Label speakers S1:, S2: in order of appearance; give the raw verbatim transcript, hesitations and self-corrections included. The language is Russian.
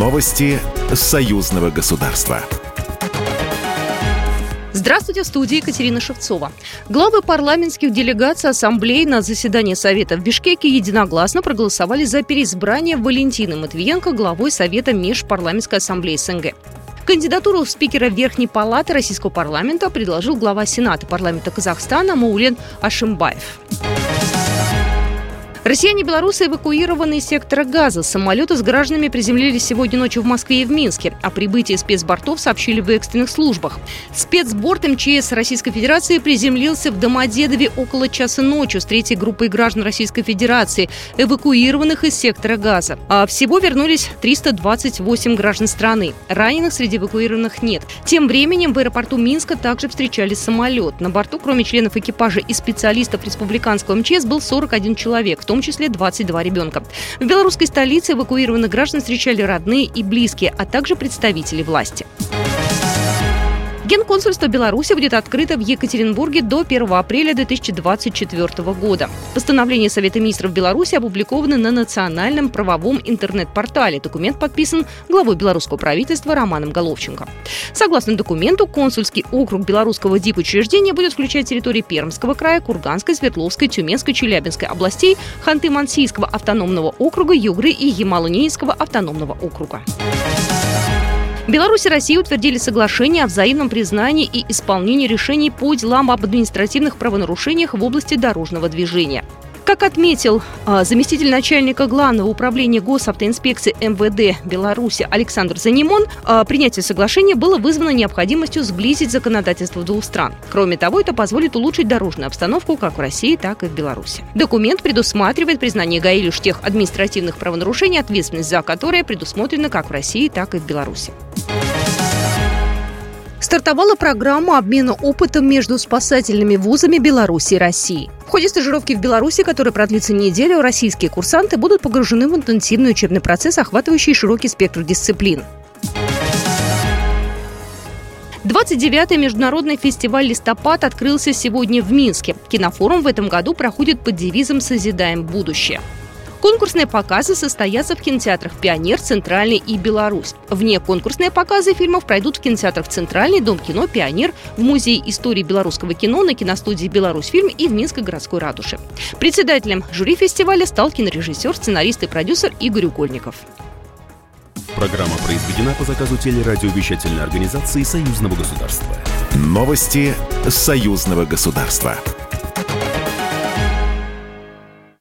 S1: Новости союзного государства.
S2: Здравствуйте, в студии Екатерина Шевцова. Главы парламентских делегаций Ассамблеи на заседании Совета в Бишкеке единогласно проголосовали за переизбрание Валентины Матвиенко главой Совета Межпарламентской ассамблеи СНГ. Кандидатуру в спикера Верхней палаты Российского парламента предложил глава Сената парламента Казахстана Маулен Ашимбаев. Россияне-белорусы эвакуированы из сектора Газа. Самолеты с гражданами приземлились сегодня ночью в Москве и в Минске. О прибытии спецбортов сообщили в экстренных службах. Спецборт МЧС Российской Федерации приземлился в Домодедове около часа ночи с третьей группой граждан Российской Федерации, эвакуированных из сектора Газа. А всего вернулись триста двадцать восемь граждан страны. Раненых среди эвакуированных нет. Тем временем в аэропорту Минска также встречали самолет. На борту, кроме членов экипажа и специалистов республиканского МЧС, был сорок один человек, в том числе двадцать два ребенка. В белорусской столице эвакуированных граждан встречали родные и близкие, а также представители власти. Генконсульство Беларуси будет открыто в Екатеринбурге до первого апреля две тысячи двадцать четвёртого года. Постановление Совета министров Беларуси опубликовано на национальном правовом интернет-портале. Документ подписан главой белорусского правительства Романом Головченко. Согласно документу, консульский округ белорусского дипучреждения будет включать территории Пермского края, Курганской, Свердловской, Тюменской, Челябинской областей, Ханты-Мансийского автономного округа, Югры и Ямало-Ненецкого автономного округа. Беларусь и Россия утвердили соглашение о взаимном признании и исполнении решений по делам об административных правонарушениях в области дорожного движения. Как отметил э, заместитель начальника Главного управления госавтоинспекции МВД Беларуси Александр Занимон, э, принятие соглашения было вызвано необходимостью сблизить законодательство двух стран. Кроме того, это позволит улучшить дорожную обстановку как в России, так и в Беларуси. Документ предусматривает признание ГАИ лишь тех административных правонарушений, ответственность за которые предусмотрена как в России, так и в Беларуси. Стартовала программа обмена опытом между спасательными вузами Беларуси и России. В ходе стажировки в Беларуси, которая продлится неделю, российские курсанты будут погружены в интенсивный учебный процесс, охватывающий широкий спектр дисциплин. двадцать девятый международный фестиваль «Листопад» открылся сегодня в Минске. Кинофорум в этом году проходит под девизом «Созидаем будущее». Конкурсные показы состоятся в кинотеатрах «Пионер», «Центральный» и «Беларусь». Вне конкурсные показы фильмов пройдут в кинотеатрах «Центральный», Дом кино, «Пионер», в Музее истории белорусского кино, на киностудии «Беларусьфильм» и в Минской городской ратуше. Председателем жюри фестиваля стал кинорежиссер, сценарист и продюсер Игорь Угольников.
S1: Программа произведена по заказу телерадиовещательной организации Союзного государства. Новости союзного государства.